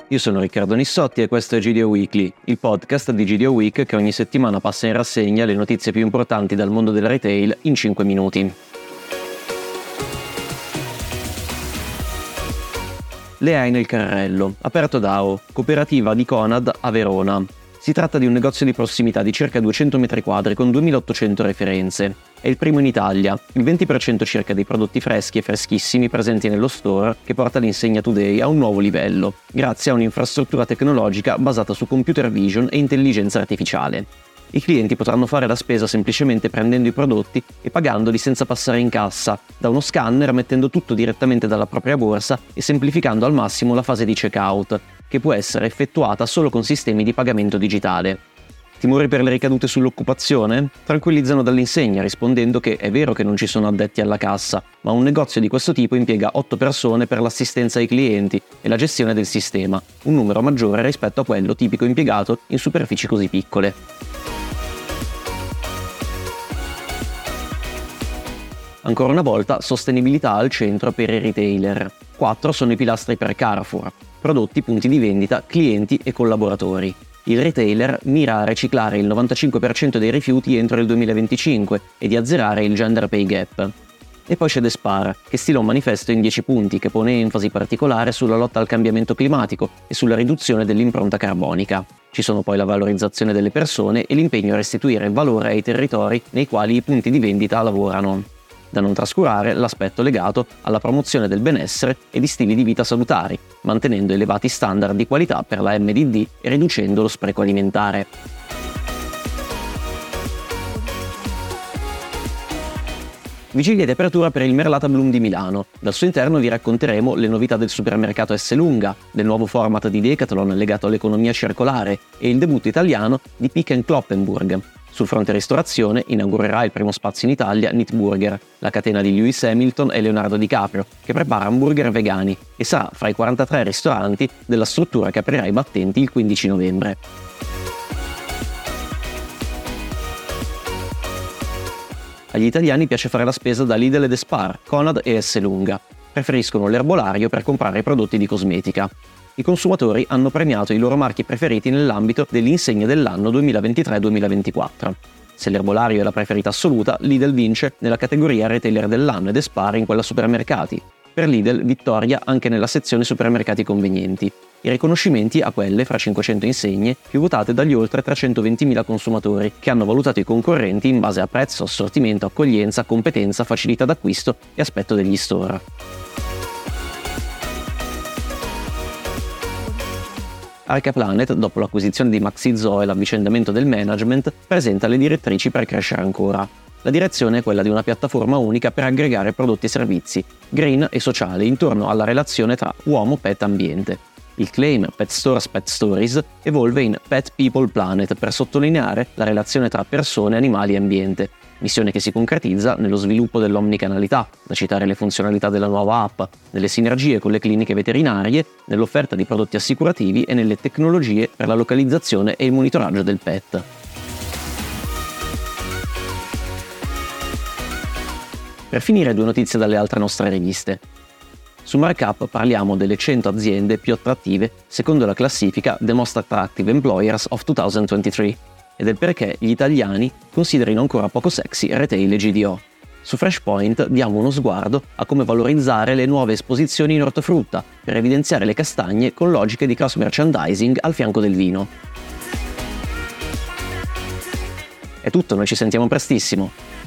Io sono Riccardo Nissotti e questo è GDO Weekly, il podcast di GDO Week che ogni settimana passa in rassegna le notizie più importanti dal mondo del retail in 5 minuti. Le hai nel carrello, aperto DAO, cooperativa di Conad a Verona. Si tratta di un negozio di prossimità di circa 200 metri quadri con 2800 referenze. È il primo in Italia, il 20% circa dei prodotti freschi e freschissimi presenti nello store che porta l'insegna Today a un nuovo livello, grazie a un'infrastruttura tecnologica basata su computer vision e intelligenza artificiale. I clienti potranno fare la spesa semplicemente prendendo i prodotti e pagandoli senza passare in cassa, da uno scanner mettendo tutto direttamente dalla propria borsa e semplificando al massimo la fase di checkout, che può essere effettuata solo con sistemi di pagamento digitale. Timori per le ricadute sull'occupazione? Tranquillizzano dall'insegna rispondendo che è vero che non ci sono addetti alla cassa, ma un negozio di questo tipo impiega 8 persone per l'assistenza ai clienti e la gestione del sistema, un numero maggiore rispetto a quello tipico impiegato in superfici così piccole. Ancora una volta, sostenibilità al centro per i retailer. 4 sono i pilastri per Carrefour: prodotti, punti di vendita, clienti e collaboratori. Il retailer mira a riciclare il 95% dei rifiuti entro il 2025 e di azzerare il gender pay gap. E poi c'è Despar, che stila un manifesto in 10 punti che pone enfasi particolare sulla lotta al cambiamento climatico e sulla riduzione dell'impronta carbonica. Ci sono poi la valorizzazione delle persone e l'impegno a restituire valore ai territori nei quali i punti di vendita lavorano. Da non trascurare l'aspetto legato alla promozione del benessere e di stili di vita salutari, mantenendo elevati standard di qualità per la MDD e riducendo lo spreco alimentare. Vigilia di apertura per il Merlata Bloom di Milano. Dal suo interno vi racconteremo le novità del supermercato Esselunga, del nuovo format di Decathlon legato all'economia circolare e il debutto italiano di Peek & Cloppenburg. Sul fronte ristorazione inaugurerà il primo spazio in Italia Meat Burger, la catena di Lewis Hamilton e Leonardo DiCaprio, che prepara hamburger vegani e sarà fra i 43 ristoranti della struttura che aprirà i battenti il 15 novembre. Agli italiani piace fare la spesa da Lidl e Despar, Conad e Esselunga. Preferiscono l'erbolario per comprare prodotti di cosmetica. I consumatori hanno premiato i loro marchi preferiti nell'ambito dell'insegna dell'anno 2023-2024. Se l'erbolario è la preferita assoluta, Lidl vince nella categoria retailer dell'anno e Despar in quella supermercati. Per Lidl, vittoria anche nella sezione supermercati convenienti. I riconoscimenti a quelle, fra 500 insegne, più votate dagli oltre 320.000 consumatori, che hanno valutato i concorrenti in base a prezzo, assortimento, accoglienza, competenza, facilità d'acquisto e aspetto degli store. Arca Planet, dopo l'acquisizione di Maxi-Zoo e l'avvicendamento del management, presenta le direttrici per crescere ancora. La direzione è quella di una piattaforma unica per aggregare prodotti e servizi, green e sociali, intorno alla relazione tra uomo, pet, ambiente. Il claim Pet Stores, Pet Stories evolve in Pet People Planet per sottolineare la relazione tra persone, animali e ambiente. Missione che si concretizza nello sviluppo dell'omnicanalità, da citare le funzionalità della nuova app, nelle sinergie con le cliniche veterinarie, nell'offerta di prodotti assicurativi e nelle tecnologie per la localizzazione e il monitoraggio del pet. Per finire, 2 notizie dalle altre nostre riviste. Su Markup parliamo delle 100 aziende più attrattive secondo la classifica The Most Attractive Employers of 2023 e del perché gli italiani considerino ancora poco sexy retail e GDO. Su Freshpoint diamo uno sguardo a come valorizzare le nuove esposizioni in ortofrutta per evidenziare le castagne con logiche di cross merchandising al fianco del vino. È tutto, noi ci sentiamo prestissimo.